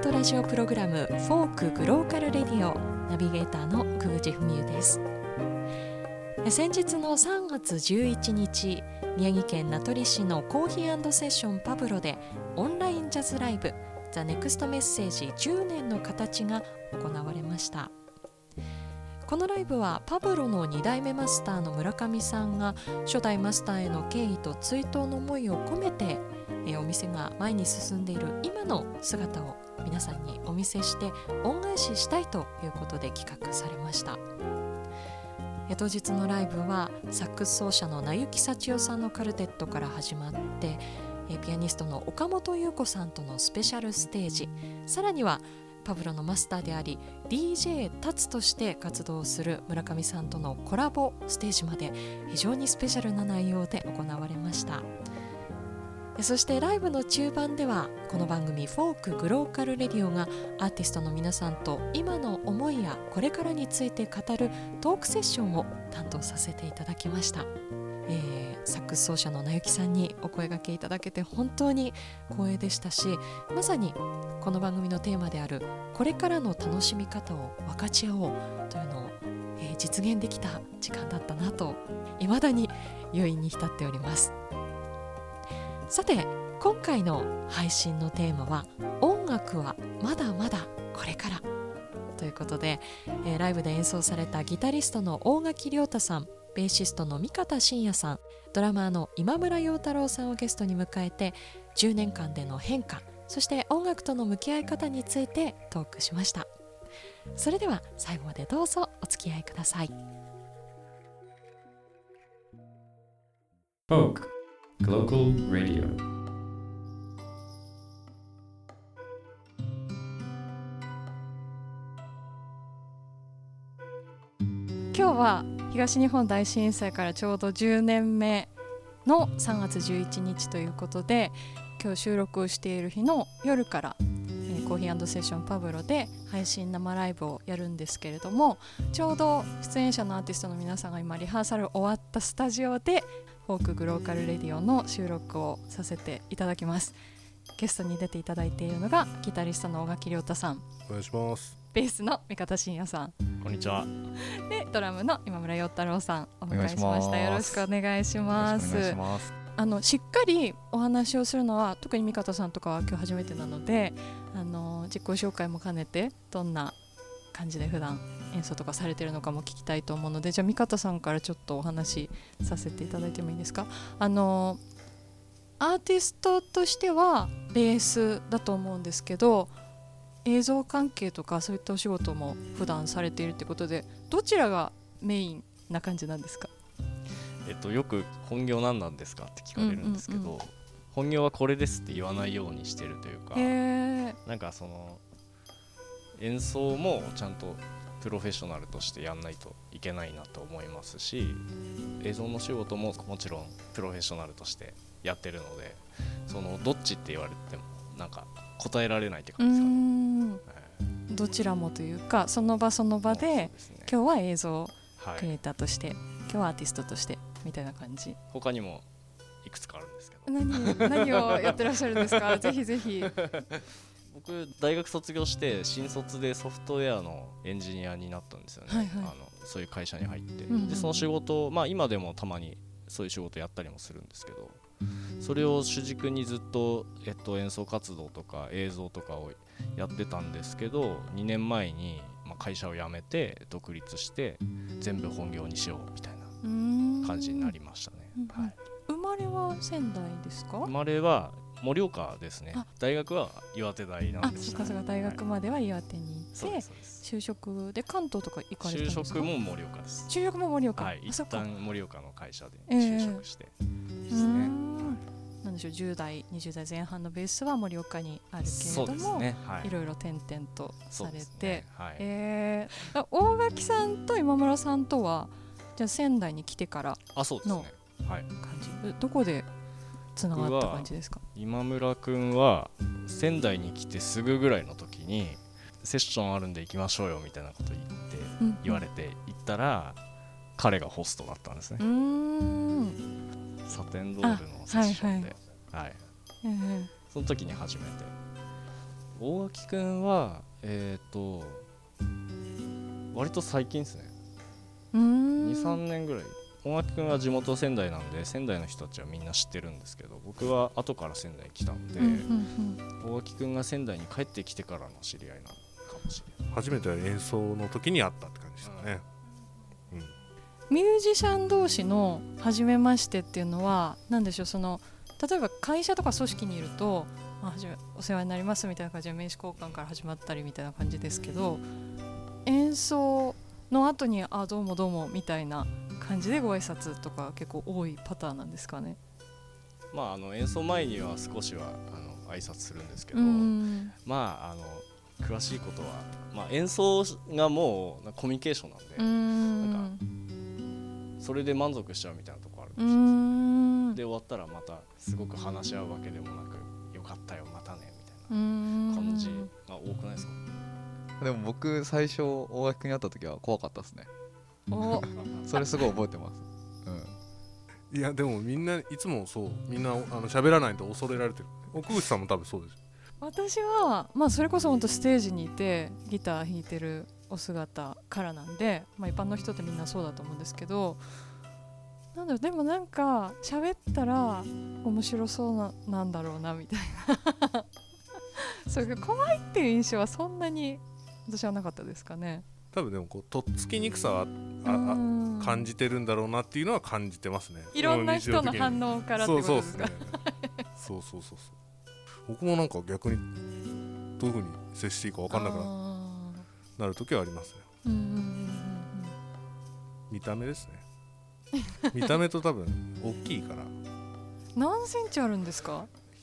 トラジオプログラムフォークグローカルレディオ、ナビゲーターの久口文代です。先日の3月11日、宮城県名取市のコーヒー&セッションパブロでオンラインジャズライブザ・ネクストメッセージ10年の形が行われました。このライブはパブロの2代目マスターの村上さんが初代マスターへの敬意と追悼の思いを込めて、お店が前に進んでいる今の姿を皆さんにお見せして恩返ししたいということで企画されました。当日のライブはサックス奏者の名幸幸代さんのカルテットから始まって、ピアニストの岡本優子さんとのスペシャルステージ、さらにはパブロのマスターであり DJ タツとして活動する村上さんとのコラボステージまで非常にスペシャルな内容で行われました。そしてライブの中盤ではこの番組フォークグローカルレディオがアーティストの皆さんと今の思いやこれからについて語るトークセッションを担当させていただきました。サックス奏者の名幸さんにお声掛けいただけて本当に光栄でしたし、まさにこの番組のテーマであるこれからの楽しみ方を分かち合おうというのを、実現できた時間だったなと未だに余韻に浸っております。さて今回の配信のテーマは音楽はまだまだこれからということで、ライブで演奏されたギタリストの大垣亮太さん、ベーシストの三方真也さん、ドラマーの今村陽太郎さんをゲストに迎えて10年間での変化、そして音楽との向き合い方についてトークしました。それでは最後までどうぞお付き合いください。 Folk Global Radio。 今日は東日本大震災からちょうど10年目の3月11日ということで、今日収録をしている日の夜から、コーヒー&セッションパブロで配信生ライブをやるんですけれども、ちょうど出演者のアーティストの皆さんが今リハーサル終わったスタジオでフォークグローカルレディオの収録をさせていただきます。ゲストに出ていただいているのがギタリストの大垣亮太さん、 お願いします。 ベースの三方真也さん、 こんにちは。 でドラムの今村陽太郎さんお迎えしました。よろしくお願いします。しっかりお話をするのは特に三方さんとかは今日初めてなので、自己紹介も兼ねてどんな感じで普段演奏とかされてるのかも聞きたいと思うので、じゃあ三方さんからちょっとお話しさせていただいてもいいですか。アーティストとしてはベースだと思うんですけど、映像関係とかそういったお仕事も普段されているってことで、どちらがメインな感じなんですか。 よく本業何なんですかって聞かれるんですけど、本業はこれですって言わないようにしてるというか、なんかその演奏もちゃんとプロフェッショナルとしてやんないといけないなと思いますし、映像の仕事ももちろんプロフェッショナルとしてやってるので、そのどっちって言われてもなんか答えられないって感じですかね。 どちらもというか、その場その場で、今日は映像クリエイターとして、今日はアーティストとしてみたいな感じ。 他にもいくつかあるんですけど、 何をやってらっしゃるんですか。ぜひぜひ。 僕大学卒業して新卒でソフトウェアのエンジニアになったんですよね。そういう会社に入って、でその仕事、今でもたまにそういう仕事やったりもするんですけど、それを主軸にずっと、演奏活動とか映像とかをやってたんですけど、2年前に、会社を辞めて独立して全部本業にしようみたいな感じになりましたね。 生まれは仙台ですか。 生まれは盛岡ですね。大学は岩手大なんです。 そうか、大学までは岩手に行って、就職で関東とか行かれたんですか。 就職も盛岡です。 就職も盛岡。 一旦盛岡の会社で就職してですね。 なんでしょう、10代20代前半のベースは盛岡にあるけれども、いろいろ転々とされて、大垣さんと今村さんとはじゃあ仙台に来てからの感じ、どこでつながった感じですか。 今村くんは仙台に来てすぐぐらいの時にセッションあるんで行きましょうよみたいなこと言われて行ったら、彼がホストだったんですね。サテンドールのセッションで、その時に初めて大垣くんは割と最近ですね。2、3年ぐらい。大垣くんは地元仙台なんで仙台の人たちはみんな知ってるんですけど、僕は後から仙台に来たんで、大垣くんが仙台に帰ってきてからの知り合いなのかもしれない。 初めて演奏の時に会ったって感じですかね。 ミュージシャン同士の初めましてっていうのは何でしょう、その例えば会社とか組織にいると、お世話になりますみたいな感じで名刺交換から始まったりみたいな感じですけど、演奏の後にどうもどうもみたいな感じでご挨拶とか結構多いパターンなんですかね。 演奏前には少しは挨拶するんですけど、詳しいことは、演奏がもうコミュニケーションなんで、それで満足しちゃうみたいなところあるかもしれないです。で終わったらまたすごく話し合うわけでもなく、よかったよまたねみたいな感じが多くないですか？ でも僕最初大垣君に会った時は怖かったですね。それすごい覚えてます。 いやでもみんないつもそう、みんな喋らないと恐れられてる。奥口さんも多分そうです。 私は、それこそ本当ステージにいてギター弾いてるお姿からなんで、一般の人ってみんなそうだと思うんですけど、でもなんか喋ったら面白そうなんだろうなみたいなそれが怖いっていう印象はそんなに私はなかったですかね。 多分でもとっつきにくさは感じてるんだろうなっていうのは感じてますね。 いろんな人の反応からってことですか？ そう僕もなんか逆にどういう風に接していいか分かんなくなる時はありますね。見た目ですね。見た目と多分大きいから。 何センチあるんですか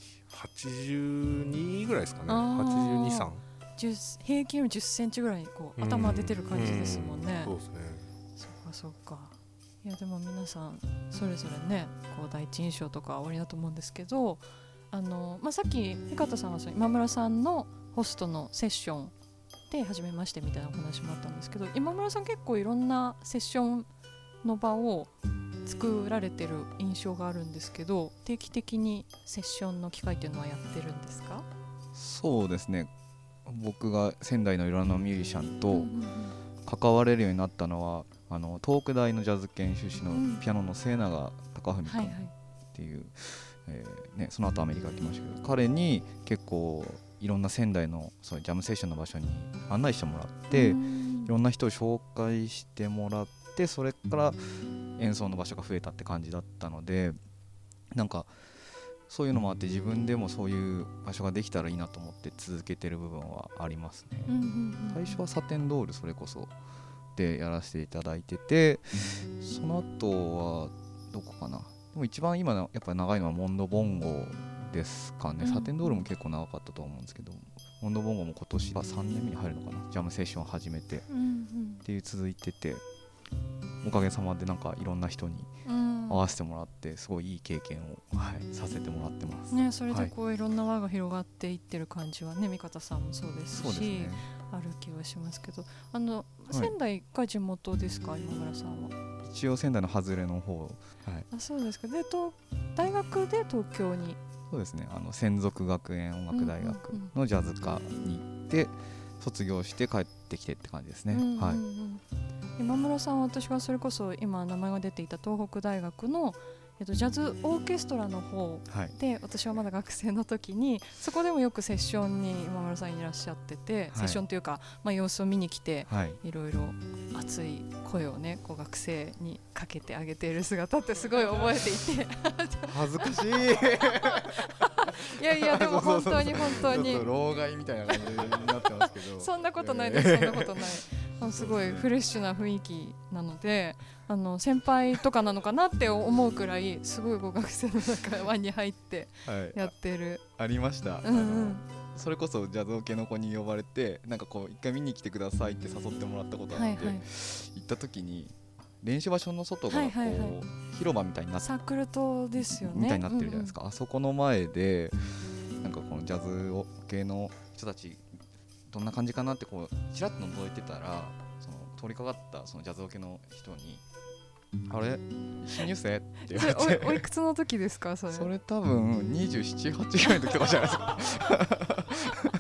？82ぐらいですかね。82、3。 平均より10センチぐらいに頭出てる感じですもんね。 そうですね。 そうか。いやでも皆さんそれぞれね、第一印象とかおありだと思うんですけど、さっき江方さんは今村さんのホストのセッションで初めましてみたいなお話もあったんですけど、今村さん結構いろんなセッションの場を作られてる印象があるんですけど、定期的にセッションの機会っていうのはやってるんですか？ そうですね、僕が仙台のいろんなミュージシャンと関われるようになったのは、東北大のジャズ研修士のピアノの末永貴文君っていう、その後アメリカに来ましたけど、彼に結構いろんな仙台のそういうジャムセッションの場所に案内してもらって、いろんな人を紹介してもらって、それから演奏の場所が増えたって感じだったので、なんかそういうのもあって自分でもそういう場所ができたらいいなと思って続けてる部分はありますね。最初はサテンドールそれこそでやらせていただいてて、その後はどこかな、でも一番今やっぱり長いのはモンドボンゴですかね。サテンドールも結構長かったと思うんですけど、モンドボンゴも今年は3年目に入るのかな、ジャムセッションを始めてっていう続いてて、おかげさまでなんかいろんな人に会わせてもらってすごいいい経験を、させてもらってますね。 それでいろんな輪が広がっていってる感じはね、三方さんもそうですし、そうですね、ある気はしますけど、仙台が地元ですか、今村さんは？ 一応仙台の外れの方、 そうですか。で大学で東京に？ そうですね、専属学園音楽大学のジャズ科に行って、卒業して帰ってきてって感じですね。 今村さんは、私がそれこそ今名前が出ていた東北大学の、ジャズオーケストラの方で、私はまだ学生の時にそこでもよくセッションに今村さんいらっしゃってて、セッションというか、様子を見に来て、いろいろ熱い声をね学生にかけてあげている姿ってすごい覚えていて恥ずかしいいやでも本当にちょっと老害みたいな感じになってますけどそんなことないです、そんなことない。すごいフレッシュな雰囲気なので、先輩とかなのかなって思うくらい、すごい学生の中輪に入ってやってる、 ありました。それこそジャズオケの子に呼ばれて、なんか一回見に来てくださいって誘ってもらったことがあって、行った時に練習場所の外が広場みたいになって、 サークル島ですよねみたいになってるじゃないですか。あそこの前でなんかこのジャズオケの人たちどんな感じかなってちらっと覗いてたら、通りかかったそのジャズオケの人に、あれ新入生って言われておいくつの時ですか？ それ多分27、8ぐらいの時とかじゃないですか結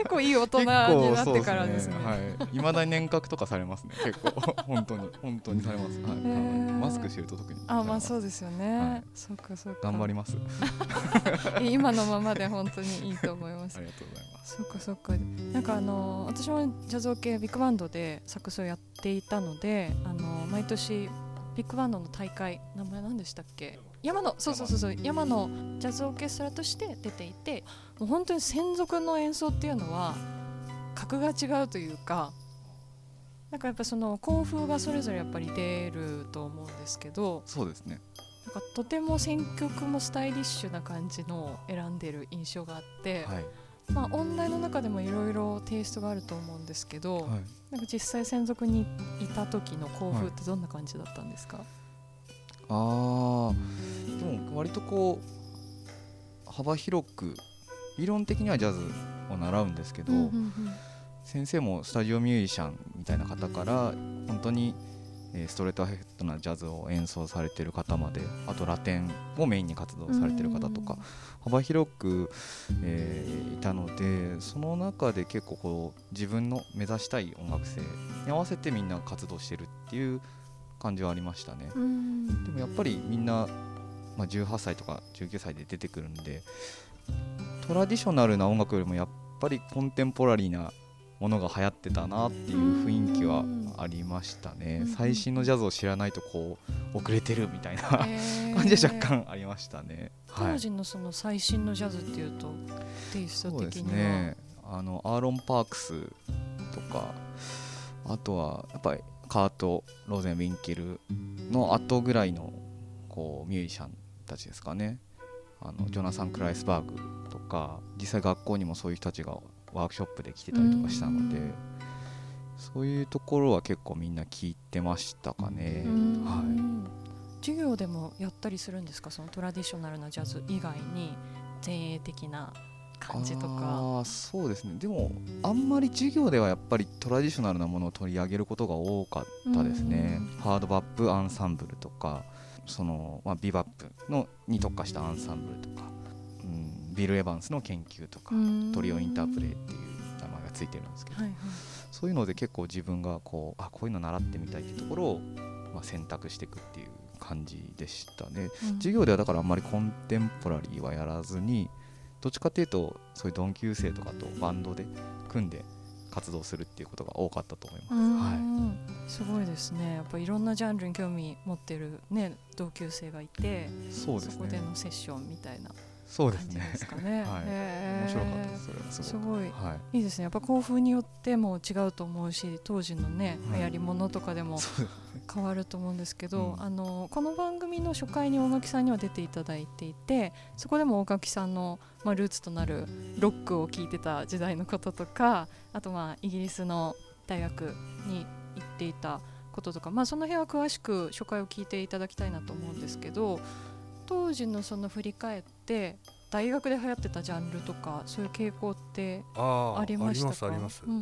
構いい大人になってからですね。 未だに年賀とかされますね。結構本当にされます。マスクしてると特に。 まあそうですよね。そうか。 頑張ります。 今のままで本当にいいと思います。 ありがとうございます。 そうか。なんか私もジャズオケビッグバンドでサックスをやっていたので、毎年ビッグバンドの大会、名前何でしたっけ？山のジャズオーケストラとして出ていて、もう本当に専属の演奏っていうのは格が違うというか、なんかやっぱその校風がそれぞれやっぱり出ると思うんですけど、 そうですね。 なんかとても選曲もスタイリッシュな感じの選んでる印象があって、まあ音大の中でもいろいろテイストがあると思うんですけど、なんか実際専属にいた時の校風ってどんな感じだったんですか？ でも割とこう幅広く理論的にはジャズを習うんですけど、先生もスタジオミュージシャンみたいな方から本当にストレートヘッドなジャズを演奏されている方まで、あとラテンをメインに活動されている方とか幅広く、いたので、その中で結構こう自分の目指したい音楽性に合わせてみんな活動してるっていう感じはありましたね。でもやっぱりみんな、18歳とか19歳で出てくるんで、トラディショナルな音楽よりもやっぱりコンテンポラリーなものが流行ってたなっていう雰囲気はありましたね。最新のジャズを知らないとこう遅れてるみたいな感じは若干ありましたね。 当時のその最新のジャズっていうとテイスト的には、そうですね、アーロン・パークスとか、あとはやっぱりカート・ローゼンウィンケルの後ぐらいのこうミュージシャンたちですかね。ジョナサン・クライスバーグとか、実際学校にもそういう人たちがワークショップで来てたりとかしたので、そういうところは結構みんな聞いてましたかね。 授業でもやったりするんですか？そのトラディショナルなジャズ以外に前衛的な感じとか。 そうですね。でもあんまり授業ではやっぱりトラディショナルなものを取り上げることが多かったですね。ハードバップアンサンブルとか、ビバップに特化したアンサンブルとか、ビル・エヴァンスの研究とか、トリオインタープレイっていう名前がついてるんですけど、そういうので結構自分がこういうの習ってみたいっていうところを、選択していくっていう感じでしたね。授業ではだからあんまりコンテンポラリーはやらずに、どっちかっていうとそういう同級生とかとバンドで組んで活動するっていうことが多かったと思います。すごいですね。やっぱいろんなジャンルに興味持ってる、同級生がいて、そこでのセッションみたいな感じですかね。 面白かったです。それはすごい、いいですね。やっぱ校風によっても違うと思うし、当時の流行り物とかでも変わると思うんですけど、この番組の初回に大垣さんには出ていただいていて、そこでも大垣さんのルーツとなるロックを聴いてた時代のこととか、あとイギリスの大学に行っていたこととか、その辺は詳しく初回を聞いていただきたいなと思うんですけど、当時のその振り返って大学で流行ってたジャンルとか、そういう傾向ってありましたか？ あります。流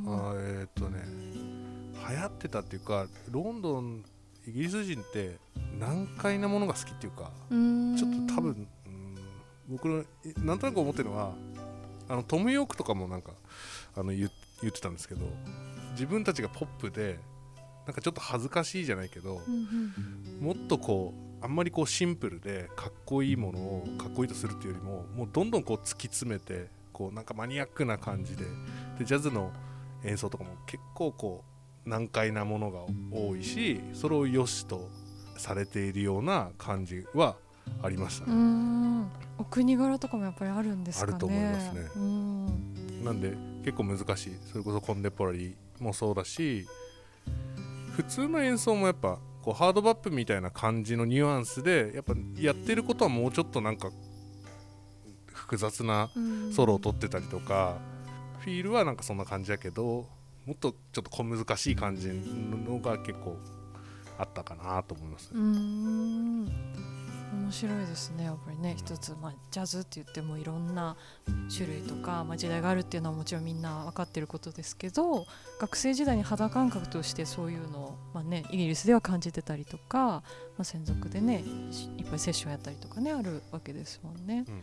行ってたっていうか、ロンドンイギリス人って難解なものが好きっていうか、ちょっと多分僕のなんとなく思ってるのは、トム・ヨークとかもなんか言ってたんですけど、自分たちがポップでなんかちょっと恥ずかしいじゃないけど、もっとこうあんまりこうシンプルでかっこいいものをかっこいいとするっていうよりも、もうどんどんこう突き詰めて、こうなんかマニアックな感じで、ジャズの演奏とかも結構こう難解なものが多いし、それを良しとされているような感じはありましたね。 お国柄とかもやっぱりあるんですかね。 あると思いますね。なんで結構難しい。それこそコンテンポラリーもそうだし、普通の演奏もやっぱこうハードバップみたいな感じのニュアンスで、やっぱやってることはもうちょっとなんか複雑なソロを取ってたりとか、フィールはなんかそんな感じだけど、もっとちょっと小難しい感じのが結構あったかなと思います。 面白いですね。やっぱりね、一つ、ジャズって言ってもいろんな種類とか、時代があるっていうのはもちろんみんな分かってることですけど、学生時代に肌感覚としてそういうのを、イギリスでは感じてたりとか、専属でねいっぱいセッションやったりとかね、あるわけですもんね。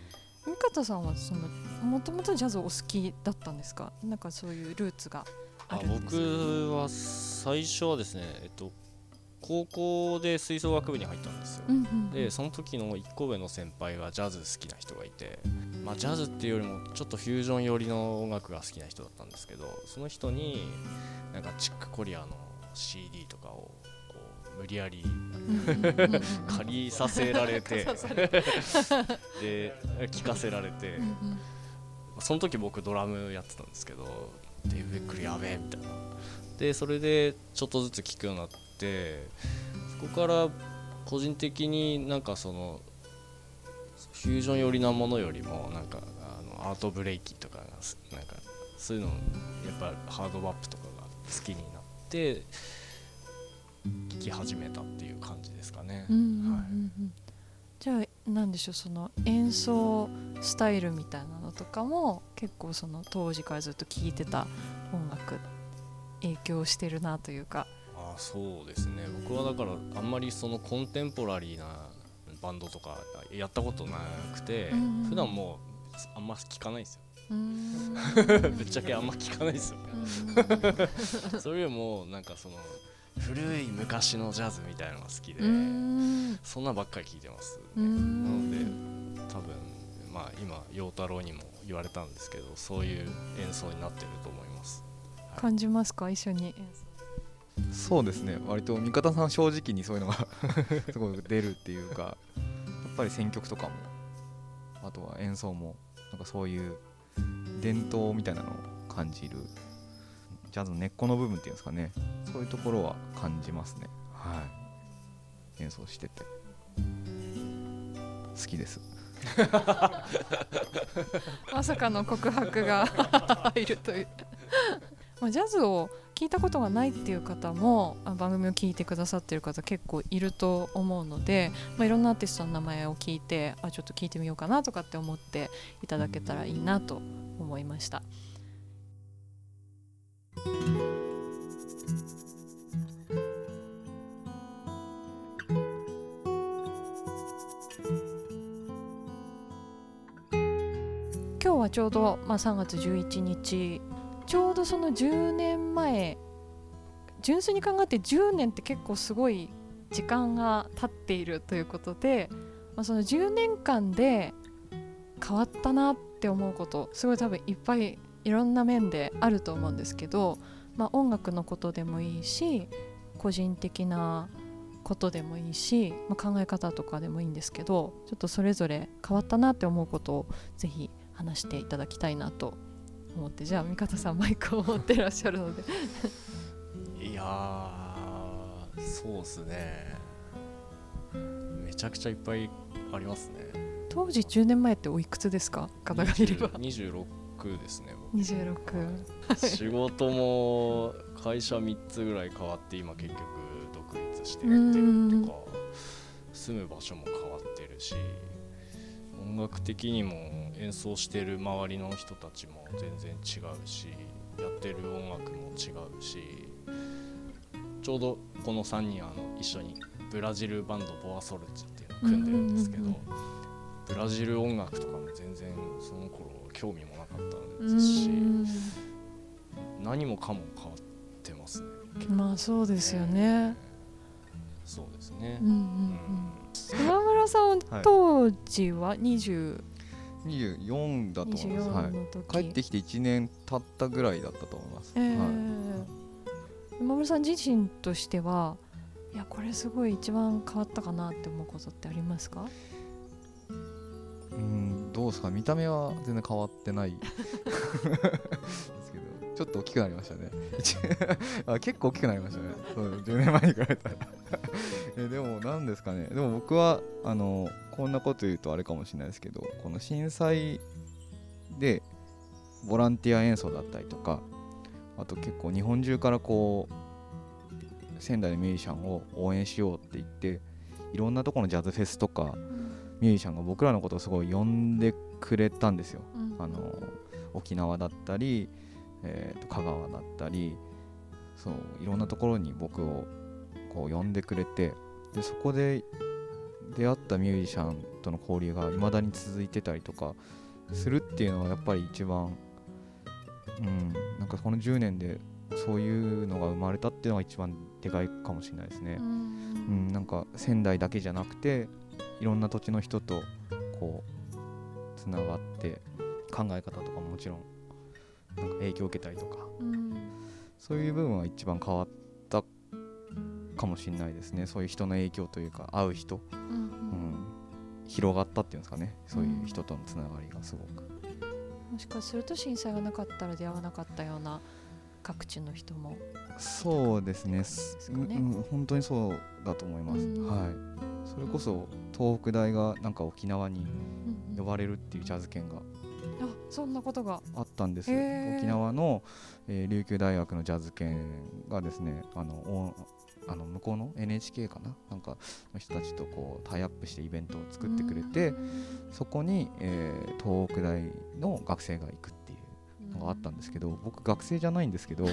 三方さんはもともとジャズお好きだったんですか？なんかそういうルーツがあるんですか？ 僕は最初はですね、高校で吹奏楽部に入ったんですよ、でその時の1個上の先輩がジャズ好きな人がいて、ジャズっていうよりもちょっとフュージョン寄りの音楽が好きな人だったんですけど、その人になんかチックコリアの CD とかをこう無理やり借りさせられてで聴かせられて、その時僕ドラムやってたんですけど、デイブ・ベックルやべえみたいなで、それでちょっとずつ聴くようになって、そこから個人的になんかそのフュージョン寄りなものよりもなんかアートブレイキーとかがなんかそういうのやっぱハードバップとかが好きになって聴き始めたっていう感じですかね。 じゃあなんでしょう、その演奏スタイルみたいなのとかも結構その当時からずっと聴いてた音楽影響してるなというか。 そうですね、僕はだからあんまりそのコンテンポラリーなバンドとかやったことなくて、普段もうあんま聞かないんですよぶっちゃけあんま聞かないですよそれよりもなんかその古い昔のジャズみたいなのが好きで、そんなばっかり聞いてますね。なので多分今陽太郎にも言われたんですけど、そういう演奏になってると思います。 感じますか？一緒に演奏。 そうですね、割と味方さん正直にそういうのがすごい出るっていうか、やっぱり選曲とかもあとは演奏もなんかそういう伝統みたいなのを感じる、ジャズの根っこの部分っていうんですかね、そういうところは感じますね。演奏してて好きですまさかの告白が入るというジャズを聞いたことがないっていう方も番組を聞いてくださっている方結構いると思うので、いろんなアーティストの名前を聞いてちょっと聞いてみようかなとかって思っていただけたらいいなと思いました。今日はちょうど、3月11日ちょうどその10年前、純粋に考えて10年って結構すごい時間が経っているということで、その10年間で変わったなって思うことすごい多分いっぱいいろんな面であると思うんですけど、音楽のことでもいいし個人的なことでもいいし、考え方とかでもいいんですけど、ちょっとそれぞれ変わったなって思うことをぜひ話していただきたいなと思って、じゃあ味方さんマイクを持ってらっしゃるのでいやそうですね、めちゃくちゃいっぱいありますね。 当時10年前っておいくつですか？方がいれば 26ですね。僕 26 仕事も会社3つぐらい変わって今結局独立してやってるとか、住む場所も変わってるし、音楽的にも演奏してる周りの人たちも全然違うし、やってる音楽も違うし、ちょうどこの3人一緒にブラジルバンドボアソルチっていうのを組んでるんですけど、ブラジル音楽とかも全然その頃興味もなかったですし、何もかも変わってますね。 そうですよね、 そうですね。 今村さん当時は 24だと思います。帰ってきて1年経ったぐらいだったと思います。 今村さん自身としてはいやこれすごい一番変わったかなって思うことってありますか？ どうですか、見た目は全然変わってないですけど、ちょっと大きくなりましたね結構大きくなりましたね、10年前に比べたらでも何ですかね、でも僕はこんなこと言うとあれかもしれないですけど、この震災でボランティア演奏だったりとか、あと結構日本中からこう仙台のミュージシャンを応援しようって言って、いろんなところのジャズフェスとか、ミュージシャンが僕らのことをすごい呼んでくれたんですよ。沖縄だったり、香川だったり、いろんなところに僕をこう呼んでくれて、でそこで出会ったミュージシャンとの交流が未だに続いてたりとかするっていうのはやっぱり一番、なんかこの10年でそういうのが生まれたっていうのが一番でかいかもしれないですね。なんか仙台だけじゃなくていろんな土地の人とこうつながって考え方とかももちろんなんか影響を受けたりとか、そういう部分は一番変わったかもしれないですね。そういう人の影響というか会う人、広がったっていうんですかね、そういう人とのつながりがすごく、 もしかすると震災がなかったら出会わなかったような各地の人もそうですね、本当にそうだと思います、はい。それこそ東北大がなんか沖縄に呼ばれるっていうジャズ圏がそんなことがあったんです。沖縄の、琉球大学のジャズ圏がですね、向こうの NHK かな、なんかの人たちとこうタイアップしてイベントを作ってくれて、そこに、東北大の学生が行くっていうのがあったんですけど、僕学生じゃないんですけど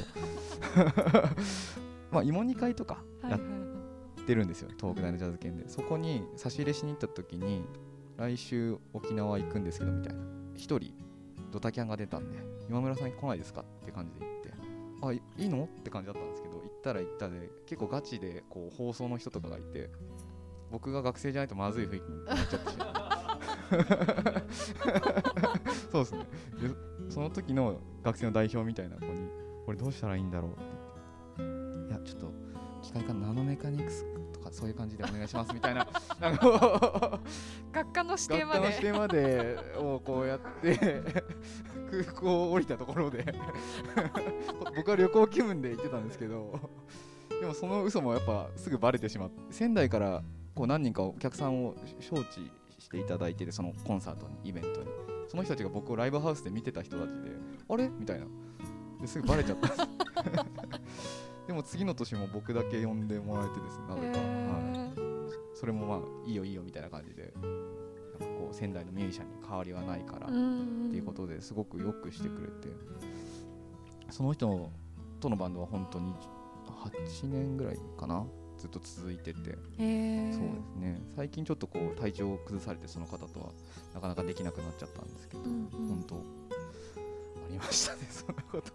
まあ芋煮会とかやってるんですよ、東北大のジャズ圏で。そこに差し入れしに行った時に、来週沖縄行くんですけどみたいな、一人ドタキャンが出たんで今村さん来ないですかって感じで言って、あ、いいのって感じだったんですけど、行ったら行ったで結構ガチでこう放送の人とかがいて、僕が学生じゃないとまずい雰囲気になっちゃってそうですね。でその時の学生の代表みたいな子に、これどうしたらいいんだろうって言って、いやちょっと機械科ナノメカニクスとかそういう感じでお願いしますみたいな学科の指定までをこうやって空港を降りたところで僕は旅行気分で行ってたんですけど、でもその嘘もやっぱすぐバレてしまって、仙台からこう何人かお客さんを招致していただいてて、そのコンサートにイベントに、その人たちが僕をライブハウスで見てた人たちで、あれみたいな、ですぐバレちゃったんですでも次の年も僕だけ呼んでもらえてですね、なぜか、それもまあいいよいいよみたいな感じで、なんかこう仙台のミュージシャンに変わりはないからっていうことですごくよくしてくれて、その人とのバンドは本当に8年ぐらいかな、ずっと続いてて、そうですね、最近ちょっとこう体調を崩されてその方とはなかなかできなくなっちゃったんですけど、本当ありましたね、そんなこと、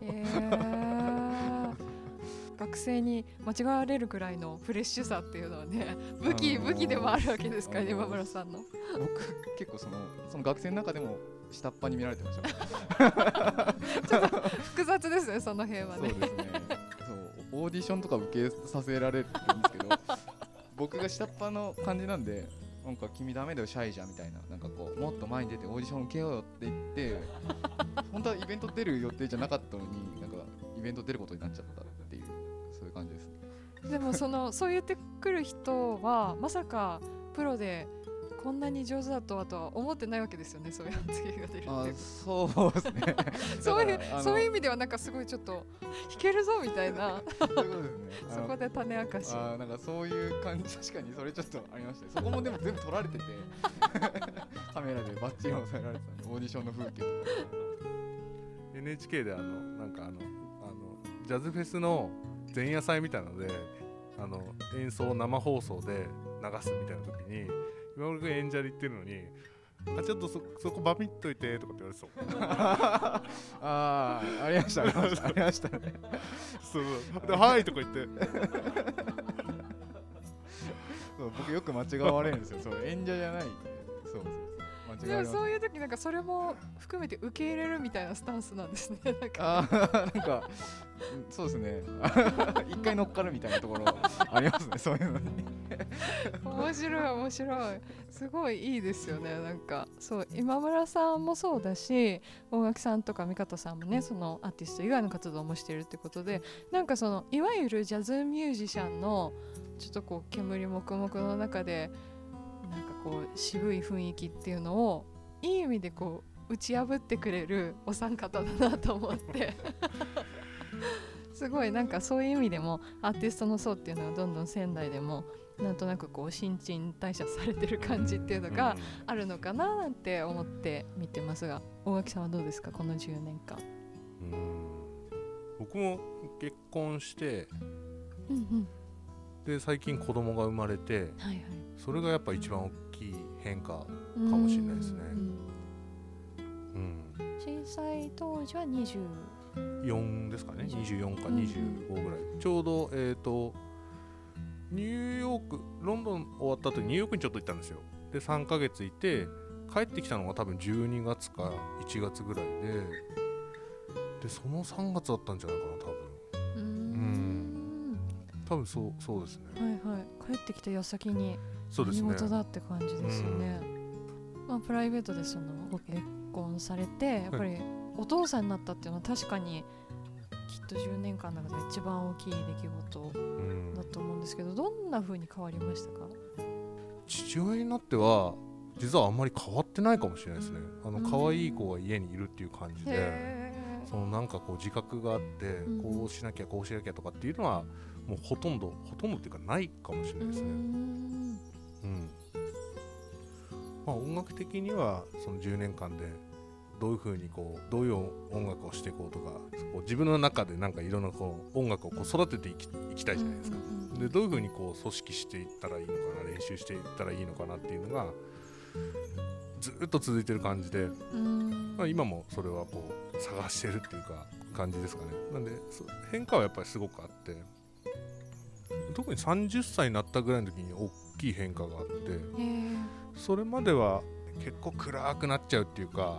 学生に間違われるくらいのフレッシュさっていうのはね、武器でもあるわけですからね、今村さんの。 僕結構その学生の中でも下っ端に見られてましたちょっと複雑ですね、その辺はね。 そうですね、そうオーディションとか受けさせられるんですけど僕が下っ端の感じなんで、なんか君ダメだよシャイじゃんみたいな、なんかこうもっと前に出てオーディション受けようよって言って本当はイベント出る予定じゃなかったのに、なんかイベント出ることになっちゃったっていう、そういう感じですね。 でもそう言ってくる人はまさかプロでこんなに上手だとは思ってないわけですよね、そういう発言が出るって。 そうですねそういう意味ではなんかすごいちょっと弾けるぞみたいなそういうことですねそこで種明かし。 なんかそういう感じ、確かにそれちょっとありましたね。そこもでも全部撮られててカメラでバッチリ押さえられてた、オーディションの風景とか NHK でなんかジャズフェスの前夜祭みたいなので演奏を生放送で流すみたいな時に、今村君演者で言ってるのに、ちょっとそこバミっといてとかって言われてそうありましたねそうではいとか言ってそう僕よく間違われるんですよ、そう演者じゃない、そうでもそういう時なんかそれも含めて受け入れるみたいなスタンスなんですね。なんかそうですね一回乗っかるみたいなところありますね、そういうのに面白いすごいいいですよね。なんかそう今村さんもそうだし、大垣さんとか三方さんもね、そのアーティスト以外の活動もしているってことで、なんかいわゆるジャズミュージシャンのちょっとこう煙黙々の中でなんかこう渋い雰囲気っていうのをいい意味でこう打ち破ってくれるお三方だなと思ってすごいなんかそういう意味でもアーティストの層っていうのがどんどん仙台でもなんとなくこう新陳代謝されてる感じっていうのがあるのかななんて思って見てますが、大垣さんはどうですか、この10年間。 僕も結婚して、 で最近子供が生まれて、 はいはい、 それがやっぱ一番大きい変化かもしれないですね。 震災当時は 24ですかね、24か25ぐらい、ちょうどニューヨーク、ロンドン終わった後にニューヨークにちょっと行ったんですよ。で3ヶ月いて帰ってきたのが多分12月か1月ぐらいでその3月だったんじゃないかな多分。多分そうですね。 はいはい、帰ってきた矢先に何事だって感じですよね。まあ、プライベートでご結婚されてやっぱりお父さんになったっていうのは確かにきっと10年間の中で一番大きい出来事だと思うんですけど、どんな風に変わりましたか？ 父親になっては実はあんまり変わってないかもしれないですね。可愛い子が家にいるっていう感じで、なんかこう自覚があって、こうしなきゃこうしなきゃとかっていうのはもうほとんどっていうかないかもしれないですね。まあ、音楽的にはその10年間でどういう風にどういう音楽をしていこうとか、自分の中でなんかいろんな音楽を育てていきたいじゃないですか。でどういう風に組織していったらいいのかな、練習していったらいいのかなっていうのがずっと続いてる感じで、まあ、今もそれは探してるっていうか感じですかね。なんで変化はやっぱりすごくあって、特に30歳になったぐらいの時に大きい変化があって、それまでは結構暗くなっちゃうっていうか、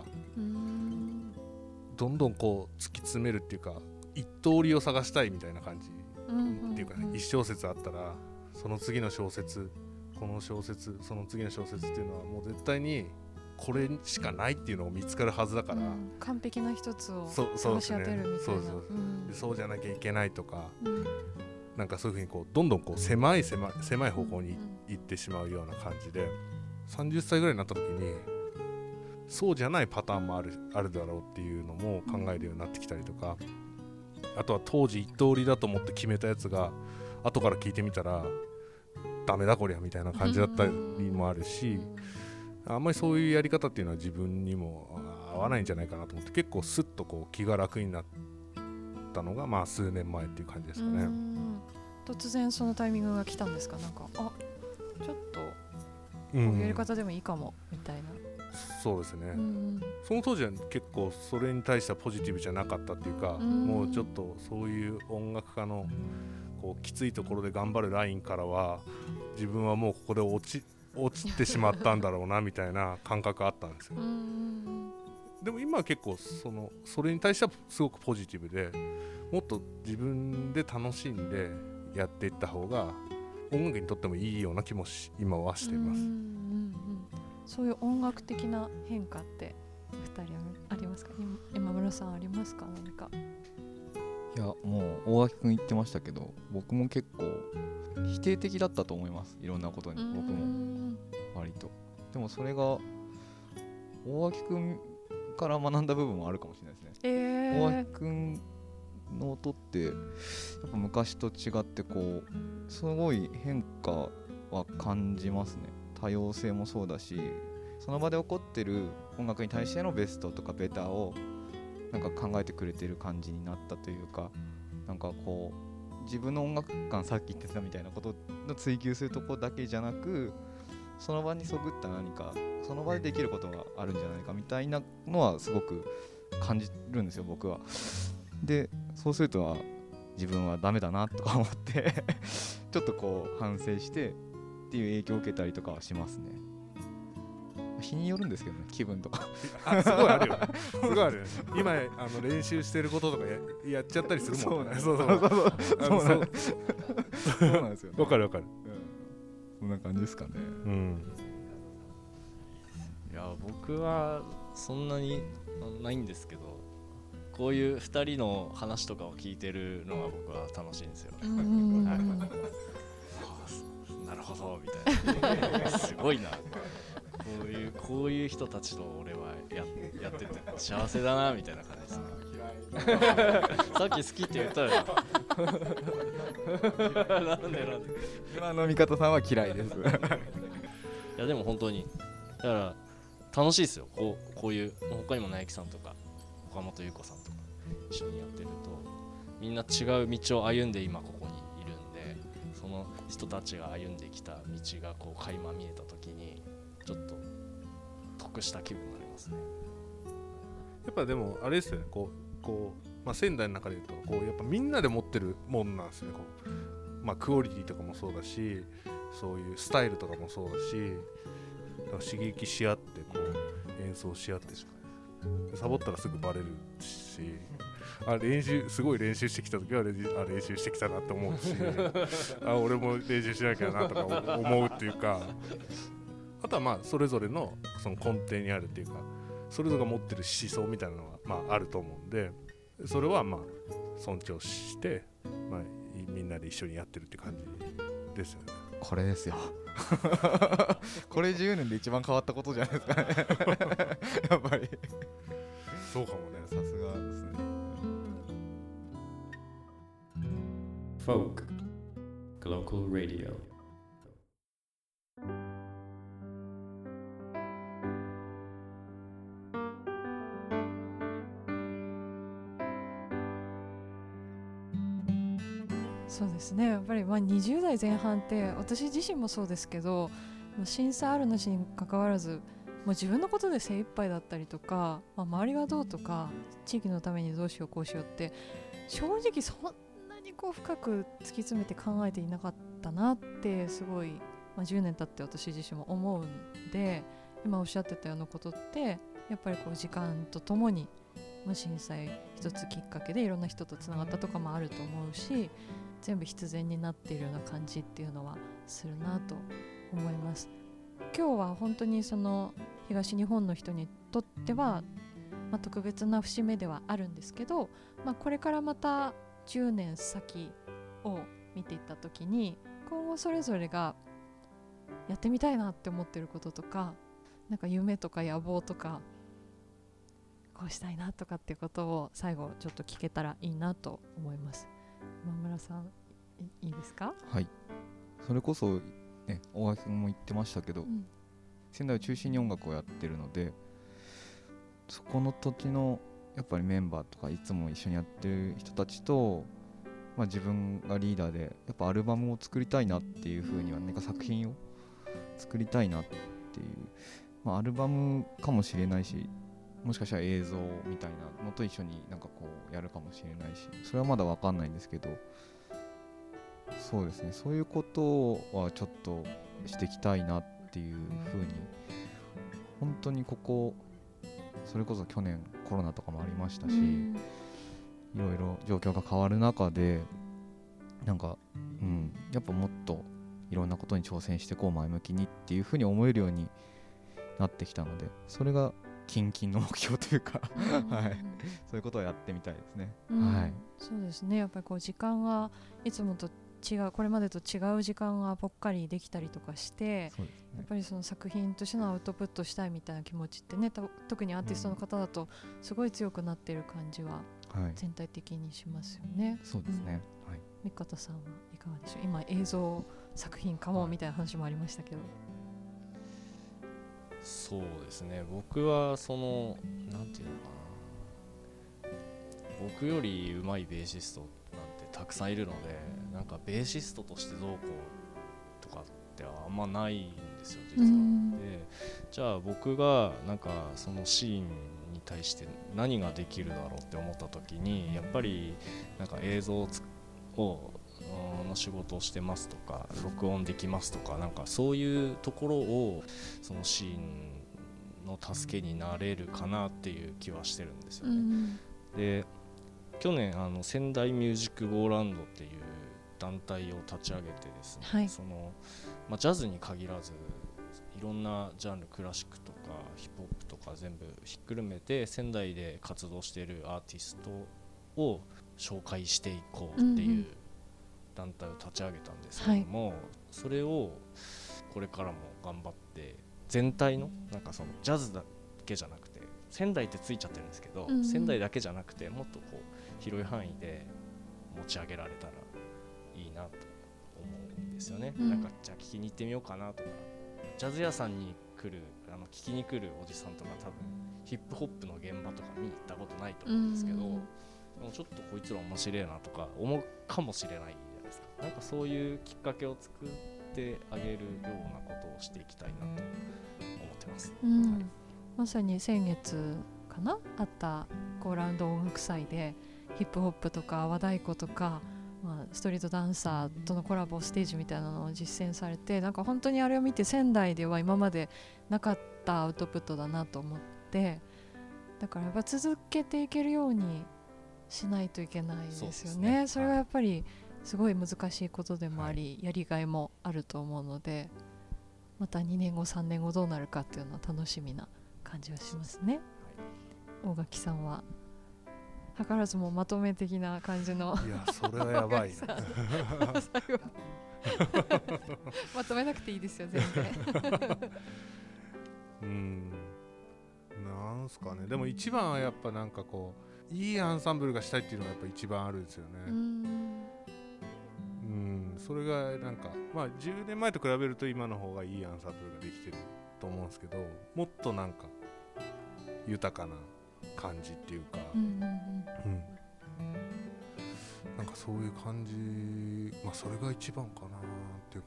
どんどん突き詰めるっていうか一通りを探したいみたいな感じっていうかね、1小節あったらその次の小説、この小説、その次の小説っていうのはもう絶対にこれしかないっていうのが見つかるはずだから、 完璧な一つを探し当てるみたいな。 そうじゃなきゃいけないとか、なんかそういうふうにどんどん狭い方向に行ってしまうような感じで、30歳ぐらいになった時にそうじゃないパターンもあるだろうっていうのも考えるようになってきたりとか、あとは当時一通りだと思って決めたやつが後から聞いてみたらダメだこりゃみたいな感じだったりもあるし、あんまりそういうやり方っていうのは自分にも合わないんじゃないかなと思って、結構スッと気が楽になったのがまあ数年前っていう感じですかね。 突然そのタイミングが来たんですか？なんかちょっとこういうやり方でもいいかもみたいな。 そうですね、その当時は結構それに対してはポジティブじゃなかったっていうか、もうちょっとそういう音楽家のきついところで頑張るラインからは自分はもうここで落ちてしまったんだろうなみたいな感覚あったんですよ。でも今は結構それに対してはすごくポジティブで、もっと自分で楽しんでやっていった方が音楽にとってもいいような気も今はしています。 そういう音楽的な変化って2人ありますか？今村さんありますか？何か。 いやもう大脇くん言ってましたけど、僕も結構否定的だったと思います、いろんなことに。僕も割と。でもそれが大脇くんから学んだ部分もあるかもしれないですね。大脇くんの音ってやっぱ昔と違ってすごい変化は感じますね。多様性もそうだし、その場で起こってる音楽に対してのベストとかベターをなんか考えてくれてる感じになったというか、なんか自分の音楽感、さっき言ってたみたいなことの追求するとこだけじゃなく、その場にそぐった何か、その場でできることがあるんじゃないかみたいなのはすごく感じるんですよ、僕は。でそうすると自分はダメだなとか思ってちょっと反省してっていう影響を受けたりとかはしますね。日によるんですけどね、気分とかすごいあるよね。すごいあるよね。今練習してることとか やっちゃったりするもんね。そうなんですよね。わかる、 そんな感じですかね。 いや僕はそんなにないんですけど、こういう2人の話とかを聞いてるのが僕は楽しいんですよね。なるほどみたいなすごいな、こういう人たちと俺はやってて幸せだなみたいな感じですね。さっき好きって言ったよ。なんで今の味方さんは嫌いです。 いやでも本当にだから楽しいですよ。こういう他にもなゆきさんとか岡本優子さんとか一緒にやってると、みんな違う道を歩んで今ここにいるんで、そその人たちが歩んできた道がこう垣間見えた時にちょっと得した気分になりますね。 やっぱでもあれですよね、仙台の中でいうとやっぱみんなで持ってるもんなんですね。クオリティとかもそうだし、そういうスタイルとかもそうだし、だから刺激し合って演奏し合ってサボったらすぐバレるし、すごい練習してきた時は練習してきたなって思うし俺も練習しなきゃなとか思うっていうか、あとはそれぞれのその根底にあるっていうか、それぞれが持ってる思想みたいなのがあると思うんで、それは尊重して、みんなで一緒にやってるって感じですよね。 これですよこれ10年で一番変わったことじゃないですかねやっぱりそうかもね。 さすがですね。 Folk Global Radio。 そうですね、やっぱり20代前半って私自身もそうですけど、審査あるなしにかかわらずもう自分のことで精一杯だったりとか、周りがどうとか地域のためにどうしようこうしようって正直そんなに深く突き詰めて考えていなかったなってすごい、10年経って私自身も思うんで、今おっしゃってたようなことってやっぱり時間とともに、震災一つきっかけでいろんな人とつながったとかもあると思うし、全部必然になっているような感じっていうのはするなと思います。今日は本当にその東日本の人にとっては、特別な節目ではあるんですけど、これからまた10年先を見ていった時に今後それぞれがやってみたいなって思ってることとか、なんか夢とか野望とかこうしたいなとかっていうことを最後ちょっと聞けたらいいなと思います。今村さんいいですか？ はい、それこそ、大垣君も言ってましたけど、仙台を中心に音楽をやってるので、そこの土地のやっぱりメンバーとかいつも一緒にやってる人たちと、自分がリーダーでやっぱアルバムを作りたいなっていう風には、作品を作りたいなっていう、アルバムかもしれないし、もしかしたら映像みたいなのと一緒にやるかもしれないし、それはまだ分かんないんですけど、そうですね、そういうことはちょっとしていきたいなっていう風に、本当にそれこそ去年コロナとかもありましたし、いろいろ状況が変わる中でやっぱもっといろんなことに挑戦して前向きにっていう風に思えるようになってきたので、それが近々の目標というかそういうことをやってみたいですね。 そうですね、やっぱり時間がいつもと違う、これまでと違う時間がぽっかりできたりとかして、やっぱりその作品としてのアウトプットしたいみたいな気持ちってね、特にアーティストの方だとすごい強くなっている感じは全体的にしますよね。 そうですね。 三方さんはいかがでしょう？今映像作品かもみたいな話もありましたけど。 そうですね、僕はなんていうのかな、僕より上手いベーシストなんてたくさんいるので、ベーシストとしてどうこうとかってあんまないんですよ実は。で、じゃあ僕がそのシーンに対して何ができるだろうって思った時に、やっぱり映像の仕事をしてますとか、録音できますとか、そういうところをそのシーンの助けになれるかなっていう気はしてるんですよね。で、去年仙台ミュージックゴーランドっていう団体を立ち上げてですね、ジャズに限らずいろんなジャンル、クラシックとかヒップホップとか全部ひっくるめて仙台で活動しているアーティストを紹介していこうっていう団体を立ち上げたんですけども、それをこれからも頑張って全体のそのジャズだけじゃなくて、仙台ってついちゃってるんですけど、仙台だけじゃなくてもっと広い範囲で持ち上げられたらいいなと思うんですよね。じゃあ聞きに行ってみようかなとか、ジャズ屋さんに来る聞きに来るおじさんとか多分ヒップホップの現場とか見に行ったことないと思うんですけど、でもちょっとこいつら面白いなとか思うかもしれないじゃないですか。 なんかそういうきっかけを作ってあげるようなことをしていきたいなと思ってます、 まさに先月かなあったこうラウンド音楽祭でヒップホップとか和太鼓とか、ストリートダンサーとのコラボステージみたいなのを実践されて、なんか本当にあれを見て仙台では今までなかったアウトプットだなと思って、だからやっぱ続けていけるようにしないといけないですよね。それはやっぱりすごい難しいことでもあり、やりがいもあると思うので、また2年後3年後どうなるかっていうのは楽しみな感じはしますね。大垣さんは図らずもまとめ的な感じのいやそれはやばいなまとめなくていいですよ全然なんすかね。でも一番はやっぱなんかこういいアンサンブルがしたいっていうのがやっぱ一番あるんですよね。それがなんか10年前と比べると今の方がいいアンサンブルができてると思うんですけど、もっとなんか豊かな感じっていうか、なんかそういう感じ、それが一番かなっていう、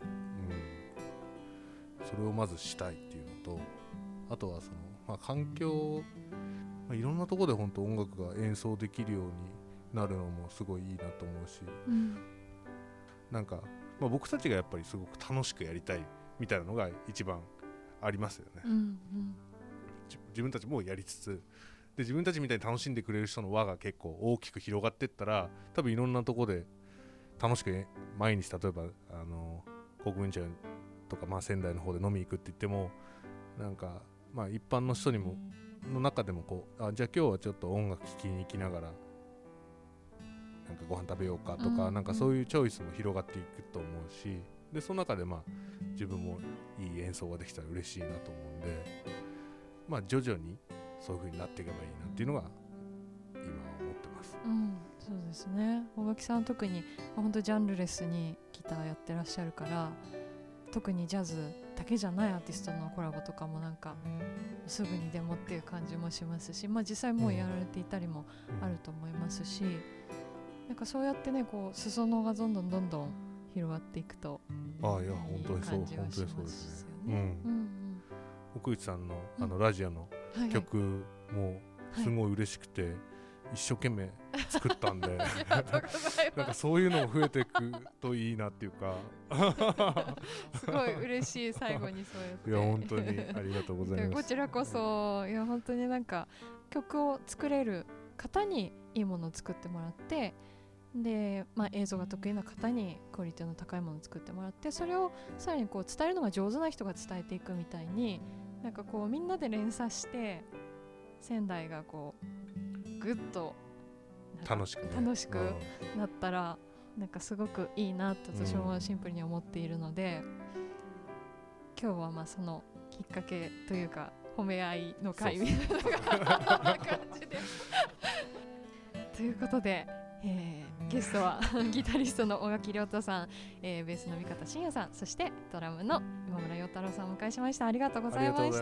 それをまずしたいっていうのと、あとはその、環境、いろんなところで本当音楽が演奏できるようになるのもすごいいいなと思うし、なんか、僕たちがやっぱりすごく楽しくやりたいみたいなのが一番ありますよね。自分たちもやりつつで、自分たちみたいに楽しんでくれる人の輪が結構大きく広がっていったら、多分いろんなとこで楽しく毎日、例えば国分町とか仙台の方で飲み行くって言っても、なんか一般の人にもの中でもこうじゃあ今日はちょっと音楽聴きに行きながらなんかご飯食べようかとか、なんかそういうチョイスも広がっていくと思うし、でその中で自分もいい演奏ができたら嬉しいなと思うんで、徐々にそういう風になっていけばいいなっていうのが今は思ってます。 そうですね。大垣さん特に本当ジャンルレスにギターやってらっしゃるから、特にジャズだけじゃないアーティストのコラボとかもなんかすぐにでもっていう感じもしますし、実際もうやられていたりもあると思いますし、なんかそうやってねこう裾野がどんどん広がっていくといや本当にそう、本当にそうですね。奥内さんのラジオの曲もすごい嬉しくて一生懸命作ったんでなんかそういうのも増えていくといいなっていうかすごい嬉しい。最後にそうやっていや本当にありがとうございます。 こちらこそ、いや本当になんか曲を作れる方にいいものを作ってもらって、で、映像が得意な方にクオリティの高いものを作ってもらって、それをさらにこう伝えるのが上手な人が伝えていくみたいに、なんかこうみんなで連鎖して仙台がこうぐっと楽しくなったら、なんかすごくいいなと私もシンプルに思っているので、今日はそのきっかけというか褒め合いの会みたいな感じでということで、ゲストはギタリストの大垣亮太さん、ベースの三方真也さん、そしてドラムの今村陽太郎さんをお迎えしました。ありがとうございました。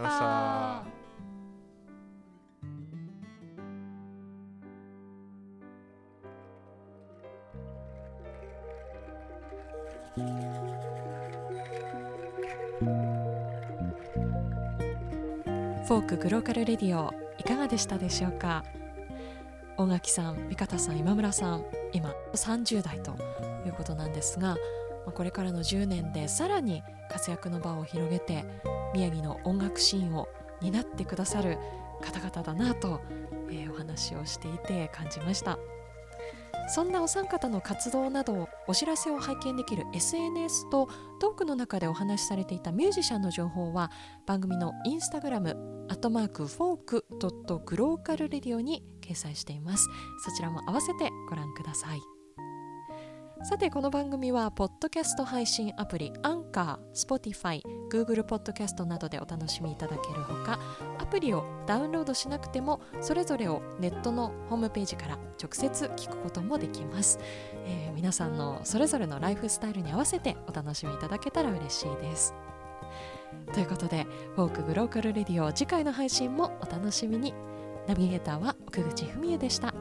フォークグローカルレディオいかがでしたでしょうか。大垣さん、三方さん、今村さん、今30代ということなんですが、これからの10年でさらに活躍の場を広げて宮城の音楽シーンを担ってくださる方々だなと、お話をしていて感じました。そんなお三方の活動などお知らせを拝見できる SNS とトークの中でお話しされていたミュージシャンの情報は番組のインスタグラム@folk.glocalradio に掲載しています。そちらも合わせてご覧ください。さてこの番組はポッドキャスト配信アプリアンカー、Spotify、Google ポッドキャストなどでお楽しみいただけるほか、アプリをダウンロードしなくてもそれぞれをネットのホームページから直接聞くこともできます。皆さんのそれぞれのライフスタイルに合わせてお楽しみいただけたら嬉しいです。ということでフォークグローカルレディオ、次回の配信もお楽しみに。ナビゲーターは奥口文恵でした。